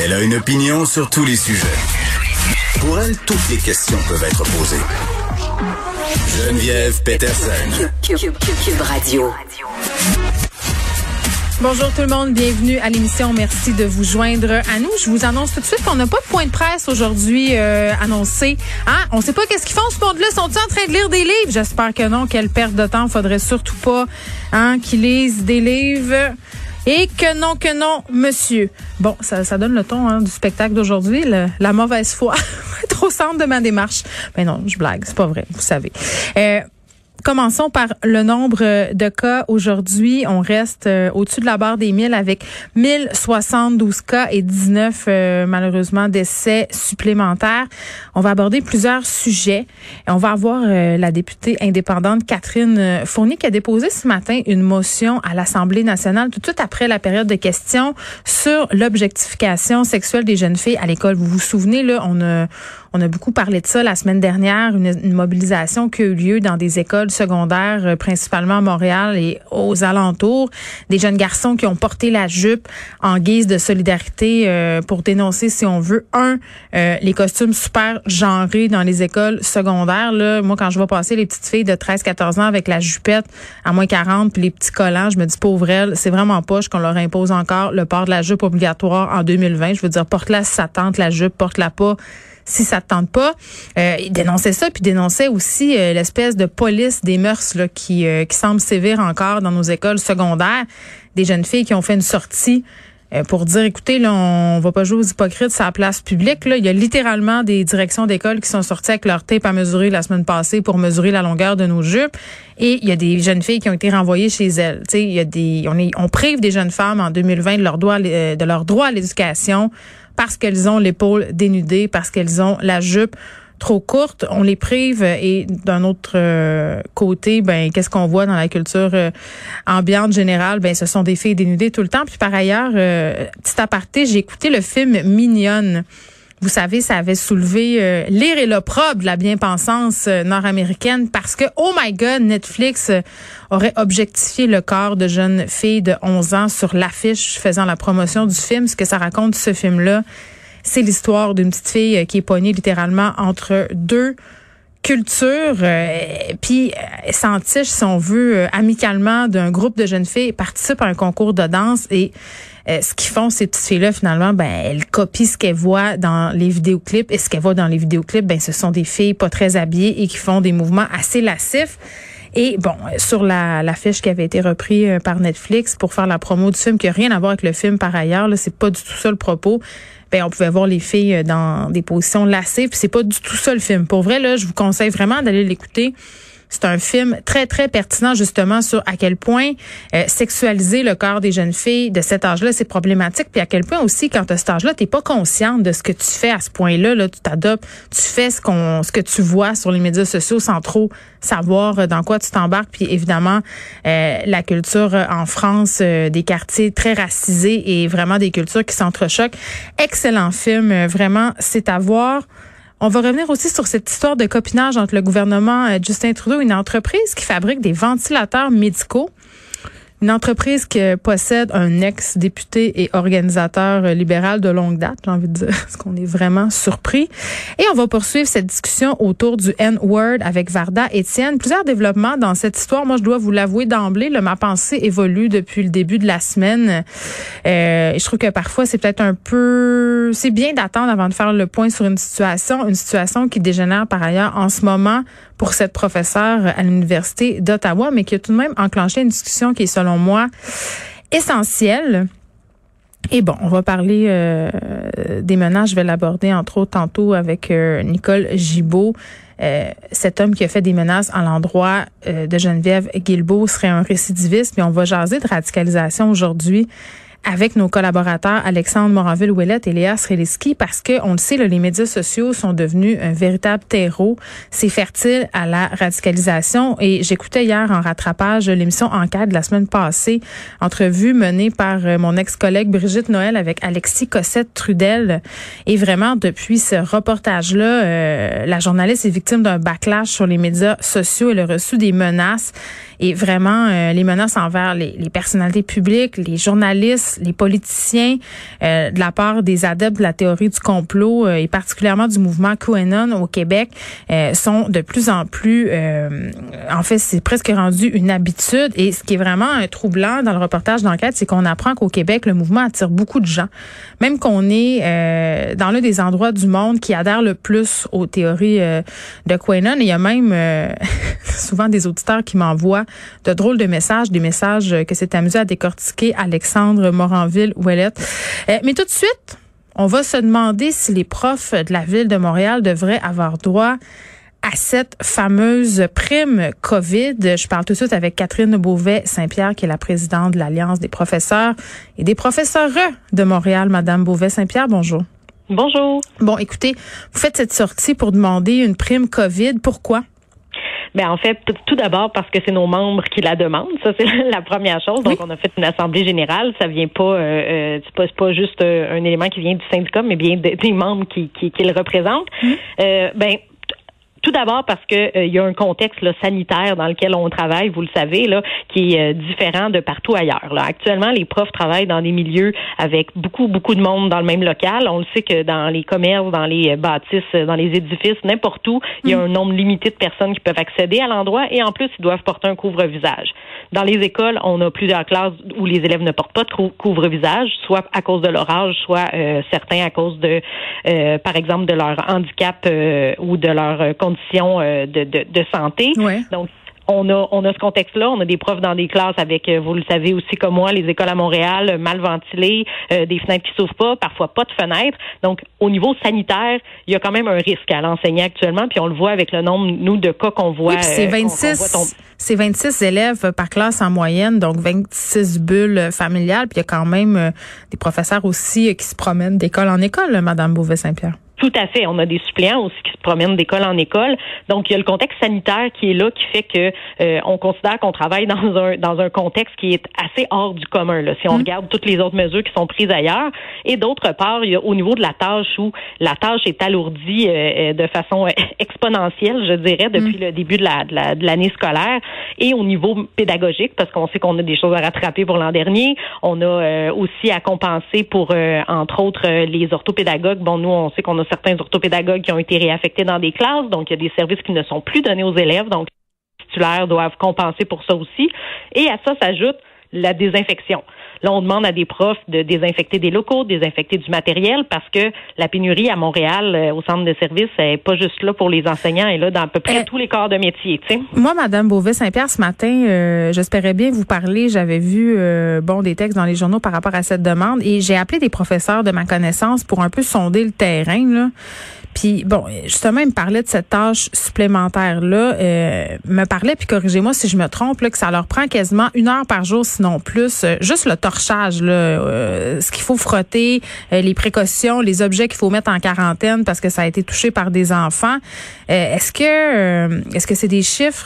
Elle a une opinion sur tous les sujets. Pour elle, toutes les questions peuvent être posées. Geneviève Peterson. Cube Radio. Bonjour tout le monde, bienvenue à l'émission. Merci de vous joindre à nous. Je vous annonce tout de suite qu'on n'a pas de point de presse aujourd'hui annoncé. On sait pas qu'est-ce qu'ils font ce monde-là. Sont-ils en train de lire des livres? J'espère que non. Quelle perte de temps. Faudrait surtout pas qu'ils lisent des livres. Et que non, monsieur. Bon, ça donne le ton du spectacle d'aujourd'hui. La mauvaise foi. Être au centre de ma démarche. Mais non, je blague. C'est pas vrai, vous savez. Commençons par le nombre de cas. Aujourd'hui, on reste au-dessus de la barre des 1000 avec 1072 cas et 19 malheureusement décès supplémentaires. On va aborder plusieurs sujets. On va avoir la députée indépendante Catherine Fournier qui a déposé ce matin une motion à l'Assemblée nationale tout de suite après la période de questions sur l'objectification sexuelle des jeunes filles à l'école. Vous vous souvenez, là, on a beaucoup parlé de ça la semaine dernière, une mobilisation qui a eu lieu dans des écoles secondaires, principalement à Montréal et aux alentours. Des jeunes garçons qui ont porté la jupe en guise de solidarité pour dénoncer, si on veut, les costumes super genrés dans les écoles secondaires. Là, moi, quand je vois passer les petites filles de 13-14 ans avec la jupette à moins 40 puis les petits collants, je me dis, pauvre elles, c'est vraiment poche qu'on leur impose encore le port de la jupe obligatoire en 2020. Je veux dire, porte-la si ça tente la jupe, porte-la pas si ça te tente pas. Il dénonçait ça, puis dénonçait aussi l'espèce de police des mœurs là, qui semble sévir encore dans nos écoles secondaires. Des jeunes filles qui ont fait une sortie pour dire, écoutez, là, on va pas jouer aux hypocrites sur la place publique. Là. Il y a littéralement des directions d'école qui sont sorties avec leur tape à mesurer la semaine passée pour mesurer la longueur de nos jupes. Et il y a des jeunes filles qui ont été renvoyées chez elles. Tu sais, on prive des jeunes femmes en 2020 de leur droit à l'éducation parce qu'elles ont l'épaule dénudée, parce qu'elles ont la jupe trop courte, on les prive. Et d'un autre côté, qu'est-ce qu'on voit dans la culture ambiante générale? Ce sont des filles dénudées tout le temps. Puis par ailleurs, petit aparté, j'ai écouté le film Mignonne. Vous savez, ça avait soulevé l'ire et l'opprobre de la bien-pensance nord-américaine parce que, oh my God, Netflix aurait objectifié le corps de jeunes filles de 11 ans sur l'affiche faisant la promotion du film. Ce que ça raconte, ce film-là, c'est l'histoire d'une petite fille qui est poignée littéralement entre deux culture, puis s'entiche, si on veut, amicalement d'un groupe de jeunes filles, participent à un concours de danse et ce qu'ils font, ces petites filles-là, finalement, elles copient ce qu'elles voient dans les vidéoclips. Et ce qu'elles voient dans les vidéoclips, ce sont des filles pas très habillées et qui font des mouvements assez lascifs. Et bon, sur l'affiche qui avait été reprise par Netflix pour faire la promo du film, qui n'a rien à voir avec le film par ailleurs, là, c'est pas du tout ça le propos. On pouvait voir les filles dans des positions lascives, puis c'est pas du tout ça le film. Pour vrai, là, je vous conseille vraiment d'aller l'écouter. C'est un film très, très pertinent, justement, sur à quel point sexualiser le corps des jeunes filles de cet âge-là, c'est problématique. Puis à quel point aussi, quand tu as cet âge-là, t'es pas consciente de ce que tu fais à ce point-là. Là, tu t'adoptes, tu fais ce que tu vois sur les médias sociaux sans trop savoir dans quoi tu t'embarques. Puis évidemment, la culture en France, des quartiers très racisés et vraiment des cultures qui s'entrechoquent. Excellent film, vraiment, c'est à voir. On va revenir aussi sur cette histoire de copinage entre le gouvernement Justin Trudeau et une entreprise qui fabrique des ventilateurs médicaux. Une entreprise qui possède un ex-député et organisateur libéral de longue date, j'ai envie de dire, parce qu'on est vraiment surpris. Et on va poursuivre cette discussion autour du N-word avec Varda Étienne. Plusieurs développements dans cette histoire. Moi, je dois vous l'avouer d'emblée, ma pensée évolue depuis le début de la semaine. Je trouve que parfois, c'est peut-être c'est bien d'attendre avant de faire le point sur une situation qui dégénère par ailleurs en ce moment pour cette professeure à l'Université d'Ottawa, mais qui a tout de même enclenché une discussion qui est, selon moi, essentielle. Et bon, on va parler des menaces. Je vais l'aborder, entre autres, tantôt avec Nicole Gibault. Cet homme qui a fait des menaces à l'endroit de Geneviève Guilbeault serait un récidiviste. Mais on va jaser de radicalisation aujourd'hui avec nos collaborateurs Alexandre Moranville-Ouellette et Léa Sreliski, parce que on le sait, là, les médias sociaux sont devenus un véritable terreau. C'est fertile à la radicalisation. Et j'écoutais hier en rattrapage l'émission Enquête de la semaine passée, entrevue menée par mon ex-collègue Brigitte Noël avec Alexis Cossette-Trudel. Et vraiment, depuis ce reportage-là, la journaliste est victime d'un backlash sur les médias sociaux. Elle a reçu des menaces. Et vraiment, les menaces envers les personnalités publiques, les journalistes, les politiciens, de la part des adeptes de la théorie du complot et particulièrement du mouvement QAnon au Québec, sont de plus en plus... en fait, c'est presque rendu une habitude. Et ce qui est vraiment troublant dans le reportage d'enquête, c'est qu'on apprend qu'au Québec, le mouvement attire beaucoup de gens. Même qu'on est dans l'un des endroits du monde qui adhèrent le plus aux théories de QAnon. Et il y a même souvent des auditeurs qui m'envoient de drôles de messages, des messages que c'est amusé à décortiquer Alexandre Moranville-Ouellette. Mais tout de suite, on va se demander si les profs de la Ville de Montréal devraient avoir droit à cette fameuse prime COVID. Je parle tout de suite avec Catherine Beauvais-Saint-Pierre, qui est la présidente de l'Alliance des professeurs et des professeurs de Montréal. Madame Beauvais-Saint-Pierre, bonjour. Bonjour. Bon, écoutez, vous faites cette sortie pour demander une prime COVID. Pourquoi? Ben en fait, tout d'abord parce que c'est nos membres qui la demandent. Ça, c'est la première chose. Donc, on a fait une assemblée générale. Ça vient pas, c'est pas juste un élément qui vient du syndicat, mais bien des membres qui le représentent. Tout d'abord parce que il y a un contexte là, sanitaire dans lequel on travaille, vous le savez, là, qui est différent de partout ailleurs. Là. Actuellement, les profs travaillent dans des milieux avec beaucoup de monde dans le même local. On le sait que dans les commerces, dans les bâtisses, dans les édifices, n'importe où, il y a un nombre limité de personnes qui peuvent accéder à l'endroit et en plus, ils doivent porter un couvre-visage. Dans les écoles, on a plusieurs classes où les élèves ne portent pas de couvre-visage, soit à cause de leur âge, soit certains à cause de, par exemple, de leur handicap ou de leur condition de santé. Ouais. Donc, on a ce contexte-là. On a des profs dans des classes avec, vous le savez aussi comme moi, les écoles à Montréal mal ventilées, des fenêtres qui s'ouvrent pas, parfois pas de fenêtres. Donc, au niveau sanitaire, il y a quand même un risque à l'enseigner actuellement. Puis on le voit avec le nombre, nous, de cas qu'on voit. Oui, c'est 26 élèves par classe en moyenne, donc 26 bulles familiales. Puis il y a quand même des professeurs aussi qui se promènent d'école en école, Madame Beauvais-Saint-Pierre. Tout à fait. On a des suppléants aussi qui se promènent d'école en école. Donc, il y a le contexte sanitaire qui est là, qui fait que on considère qu'on travaille dans un contexte qui est assez hors du commun. Là, si on regarde toutes les autres mesures qui sont prises ailleurs. Et d'autre part, il y a au niveau de la tâche où la tâche est alourdie de façon exponentielle, je dirais, depuis le début de l'année scolaire. Et au niveau pédagogique, parce qu'on sait qu'on a des choses à rattraper pour l'an dernier. On a aussi à compenser pour, entre autres, les orthopédagogues. Bon, nous, on sait qu'on a certains orthopédagogues qui ont été réaffectés dans des classes, donc il y a des services qui ne sont plus donnés aux élèves, donc les titulaires doivent compenser pour ça aussi. Et à ça s'ajoute la désinfection. Là, on demande à des profs de désinfecter des locaux, de désinfecter du matériel, parce que la pénurie à Montréal, au centre de services, elle n'est pas juste là pour les enseignants, elle est là dans à peu près tous les corps de métier. Tu sais. Moi, Madame Beauvais-Saint-Pierre, ce matin, j'espérais bien vous parler. J'avais vu des textes dans les journaux par rapport à cette demande et j'ai appelé des professeurs de ma connaissance pour un peu sonder le terrain, là. Puis bon, justement, il me parlait de cette tâche supplémentaire-là, me parlait, puis corrigez-moi si je me trompe, là, que ça leur prend quasiment 1 heure par jour, sinon plus, juste le torchage, là, ce qu'il faut frotter, les précautions, les objets qu'il faut mettre en quarantaine parce que ça a été touché par des enfants. Est-ce que c'est des chiffres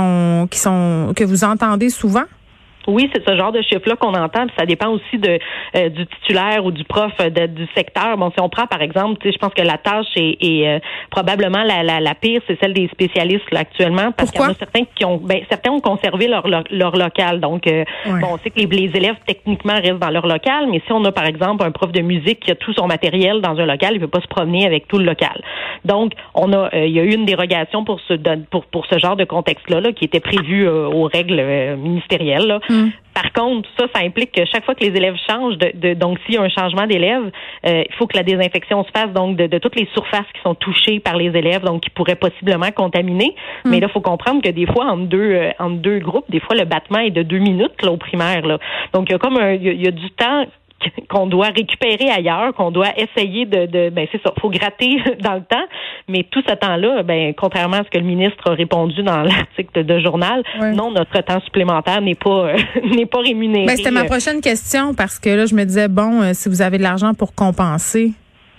que vous entendez souvent? Oui, c'est ce genre de chiffre-là qu'on entend, puis ça dépend aussi du titulaire ou du prof du secteur. Bon, si on prend par exemple, je pense que la tâche est probablement la pire, c'est celle des spécialistes là, actuellement, parce qu'il y en a certains certains ont conservé leur local. Donc, on sait que les élèves techniquement restent dans leur local, mais si on a par exemple un prof de musique qui a tout son matériel dans un local, il peut pas se promener avec tout le local. Donc, il y a eu une dérogation pour ce genre de contexte-là, qui était prévu aux règles ministérielles. Là. Par contre, ça implique que chaque fois que les élèves changent, donc s'il y a un changement d'élèves, il faut que la désinfection se fasse donc de toutes les surfaces qui sont touchées par les élèves, donc qui pourraient possiblement contaminer. Mais là, il faut comprendre que des fois, entre deux groupes, des fois le battement est de 2 minutes là, au primaire. Là. Donc il y a du temps qu'on doit récupérer ailleurs, qu'on doit essayer c'est ça, faut gratter dans le temps, mais tout ce temps-là, contrairement à ce que le ministre a répondu dans l'article de journal, non, notre temps supplémentaire n'est pas rémunéré. C'était ma prochaine question parce que là, je me disais, si vous avez de l'argent pour compenser.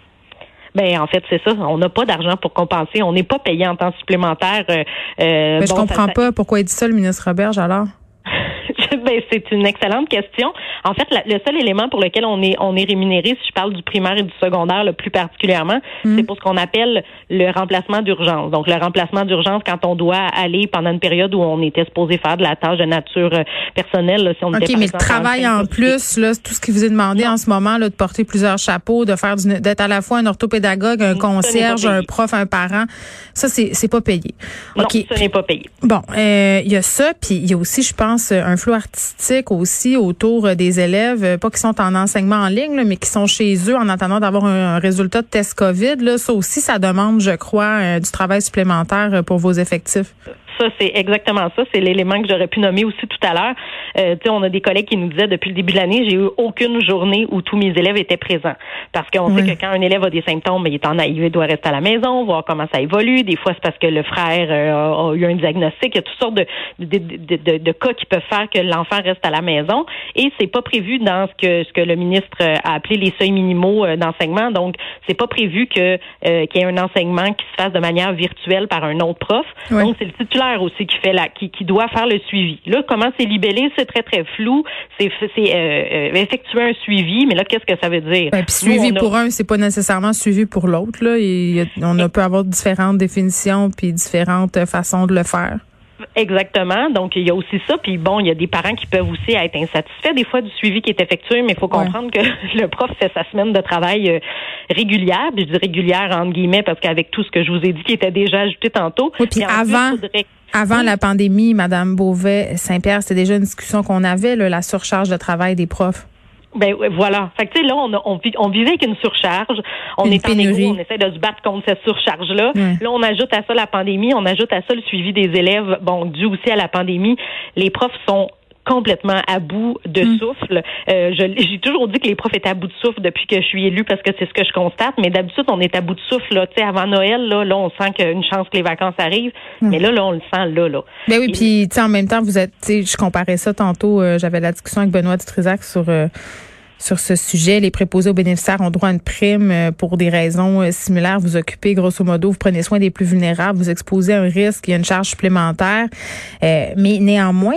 En fait, c'est ça. On n'a pas d'argent pour compenser. On n'est pas payé en temps supplémentaire. Je comprends pas pourquoi il dit ça, le ministre Roberge, alors. C'est une excellente question. En fait, le seul élément pour lequel on est rémunéré, si je parle du primaire et du secondaire, plus particulièrement, c'est pour ce qu'on appelle le remplacement d'urgence. Donc, le remplacement d'urgence quand on doit aller pendant une période où on était supposé faire de la tâche de nature personnelle. Là, si on était, mais le travail en plus, là, tout ce qui vous est demandé en ce moment, là, de porter plusieurs chapeaux, d'être à la fois un orthopédagogue, un concierge, un prof, un parent, ça, c'est pas payé. Non, ça n'est pas payé. Bon, il y a ça, puis il y a aussi, je pense, un flou artistique aussi autour des élèves, pas qui sont en enseignement en ligne, là, mais qui sont chez eux en attendant d'avoir un résultat de test COVID. Là, ça aussi, ça demande, je crois, du travail supplémentaire pour vos effectifs. Ça, c'est exactement ça. C'est l'élément que j'aurais pu nommer aussi tout à l'heure. On a des collègues qui nous disaient depuis le début de l'année, j'ai eu aucune journée où tous mes élèves étaient présents. Parce qu'on sait que quand un élève a des symptômes, il doit rester à la maison, voir comment ça évolue. Des fois, c'est parce que le frère a eu un diagnostic. Il y a toutes sortes de cas qui peuvent faire que l'enfant reste à la maison. Et c'est pas prévu dans ce que le ministre a appelé les seuils minimaux d'enseignement. Donc, c'est pas prévu qu'il y ait un enseignement qui se fasse de manière virtuelle par un autre prof. Oui. Donc, c'est le titulaire aussi qui doit faire le suivi. Là, comment c'est libellé, c'est très, très flou. C'est effectuer un suivi, mais là, qu'est-ce que ça veut dire? Puis suivi pour un, c'est pas nécessairement suivi pour l'autre. Là. On peut avoir différentes définitions puis différentes façons de le faire. Exactement. Donc, il y a aussi ça. Puis bon, il y a des parents qui peuvent aussi être insatisfaits des fois du suivi qui est effectué, mais il faut comprendre que le prof fait sa semaine de travail régulière. Puis je dis régulière entre guillemets parce qu'avec tout ce que je vous ai dit qui était déjà ajouté tantôt. Oui, puis avant la pandémie, Madame Beauvais-Saint-Pierre, c'était déjà une discussion qu'on avait, là, la surcharge de travail des profs. Ben voilà. Fait que tu sais là, on vivait avec une surcharge. On est en égo, on essaie de se battre contre cette surcharge-là. Là, on ajoute à ça la pandémie, on ajoute à ça le suivi des élèves. Bon, dû aussi à la pandémie, les profs sont complètement à bout de souffle. J'ai toujours dit que les profs étaient à bout de souffle depuis que je suis élue parce que c'est ce que je constate, mais d'habitude, on est à bout de souffle, là, tu sais, avant Noël, là, on sent qu'il y a une chance que les vacances arrivent, mais là, on le sent, là. Ben oui, puis, tu sais, en même temps, vous êtes, tu sais, je comparais ça tantôt, j'avais la discussion avec Benoît Dutrisac sur ce sujet. Les préposés aux bénéficiaires ont droit à une prime pour des raisons similaires. Vous occupez, grosso modo, vous prenez soin des plus vulnérables, vous exposez à un risque, il y a une charge supplémentaire. Mais néanmoins,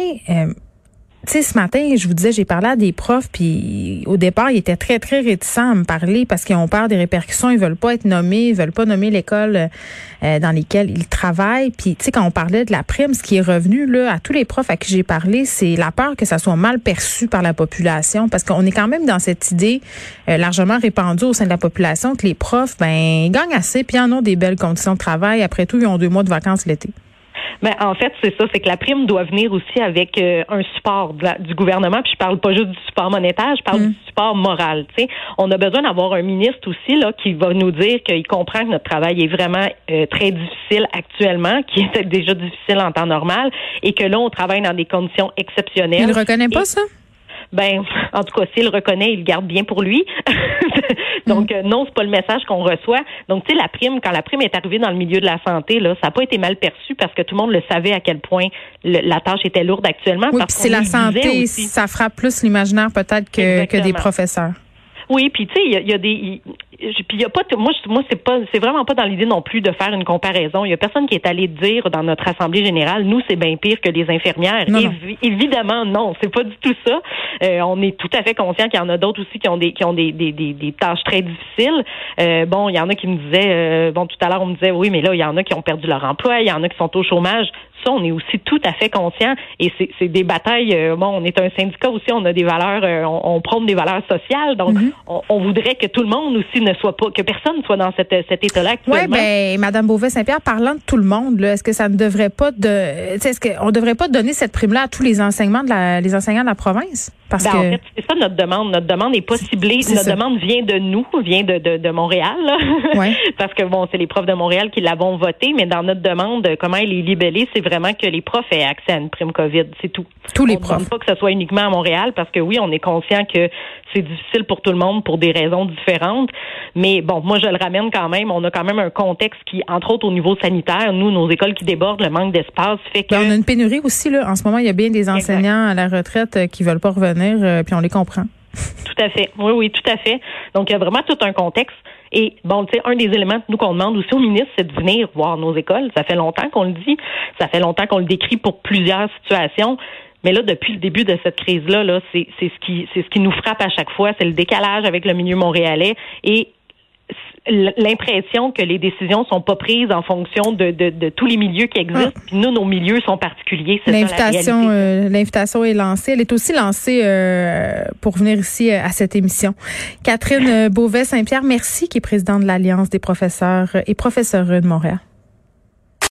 tu sais, ce matin, je vous disais, j'ai parlé à des profs, puis au départ, ils étaient très, très réticents à me parler parce qu'ils ont peur des répercussions. Ils veulent pas être nommés, ils veulent pas nommer l'école dans lesquelles ils travaillent. Puis, tu sais, quand on parlait de la prime, ce qui est revenu là à tous les profs à qui j'ai parlé, c'est la peur que ça soit mal perçu par la population, parce qu'on est quand même dans cette idée largement répandue au sein de la population que les profs, ils gagnent assez, puis ils en ont des belles conditions de travail. Après tout, ils ont 2 mois de vacances l'été. Ben, en fait, c'est ça, c'est que la prime doit venir aussi avec un support du gouvernement, puis je parle pas juste du support monétaire, je parle du support moral, tu sais. On a besoin d'avoir un ministre aussi, là, qui va nous dire qu'il comprend que notre travail est vraiment très difficile actuellement, qui était déjà difficile en temps normal, et que là, on travaille dans des conditions exceptionnelles. Il ne reconnaît pas ça? Ben, en tout cas, s'il le reconnaît, il le garde bien pour lui. Donc, non, c'est pas le message qu'on reçoit. Donc, tu sais, la prime, quand la prime est arrivée dans le milieu de la santé, là, ça n'a pas été mal perçu parce que tout le monde le savait à quel point la tâche était lourde actuellement. Oui, parce puis c'est la santé, ça frappe plus l'imaginaire peut-être que des professeurs. Oui, puis tu sais, il y a des, puis il y a pas, moi c'est vraiment pas dans l'idée non plus de faire une comparaison. Il y a personne qui est allé dire dans notre assemblée générale, nous c'est bien pire que les infirmières. Non. Évidemment non, c'est pas du tout ça. On est tout à fait conscient qu'il y en a d'autres aussi qui ont des tâches très difficiles. Bon, il y en a qui me disaient, tout à l'heure on me disait oui, mais là il y en a qui ont perdu leur emploi, il y en a qui sont au chômage. Ça, on est aussi tout à fait conscient et c'est des batailles. On est un syndicat aussi, on a des valeurs, on prône des valeurs sociales, donc on voudrait que tout le monde aussi ne soit pas, que personne soit dans cet état-là actuellement. Oui, ben, Madame Beauvais-Saint-Pierre, parlant de tout le monde, là, est-ce que ça ne devrait pas est-ce qu'on devrait pas donner cette prime-là à tous les enseignants de la province? Parce que en fait, c'est ça notre demande. Notre demande n'est pas ciblée. Notre demande vient de nous, vient de Montréal, là. Ouais. Parce que c'est les profs de Montréal qui l'avons voté, mais dans notre demande, comment elle est libellée, c'est vraiment que les profs aient accès à une prime COVID, c'est tout. Tous les profs. On ne demande pas que ce soit uniquement à Montréal, parce que oui, on est conscient que c'est difficile pour tout le monde pour des raisons différentes. Mais bon, moi je le ramène quand même. On a quand même un contexte qui, entre autres au niveau sanitaire, nous, nos écoles qui débordent, le manque d'espace fait que. On a une pénurie aussi là. En ce moment, il y a bien des enseignants à la retraite qui veulent pas revenir, puis on les comprend. Tout à fait. Oui, tout à fait. Donc il y a vraiment tout un contexte. Et bon, tu sais, un des éléments que nous qu'on demande aussi au ministre, c'est de venir voir nos écoles. Ça fait longtemps qu'on le dit, ça fait longtemps qu'on le décrit pour plusieurs situations. Mais là, depuis le début de cette crise-là, c'est ce qui nous frappe à chaque fois, c'est le décalage avec le milieu montréalais et l'impression que les décisions sont pas prises en fonction de tous les milieux qui existent. Puis nous, nos milieux sont particuliers. C'est l'invitation est lancée. Elle est aussi lancée pour venir ici à cette émission. Catherine Beauvais-Saint-Pierre, merci, qui est présidente de l'Alliance des professeurs et professeurs de Montréal.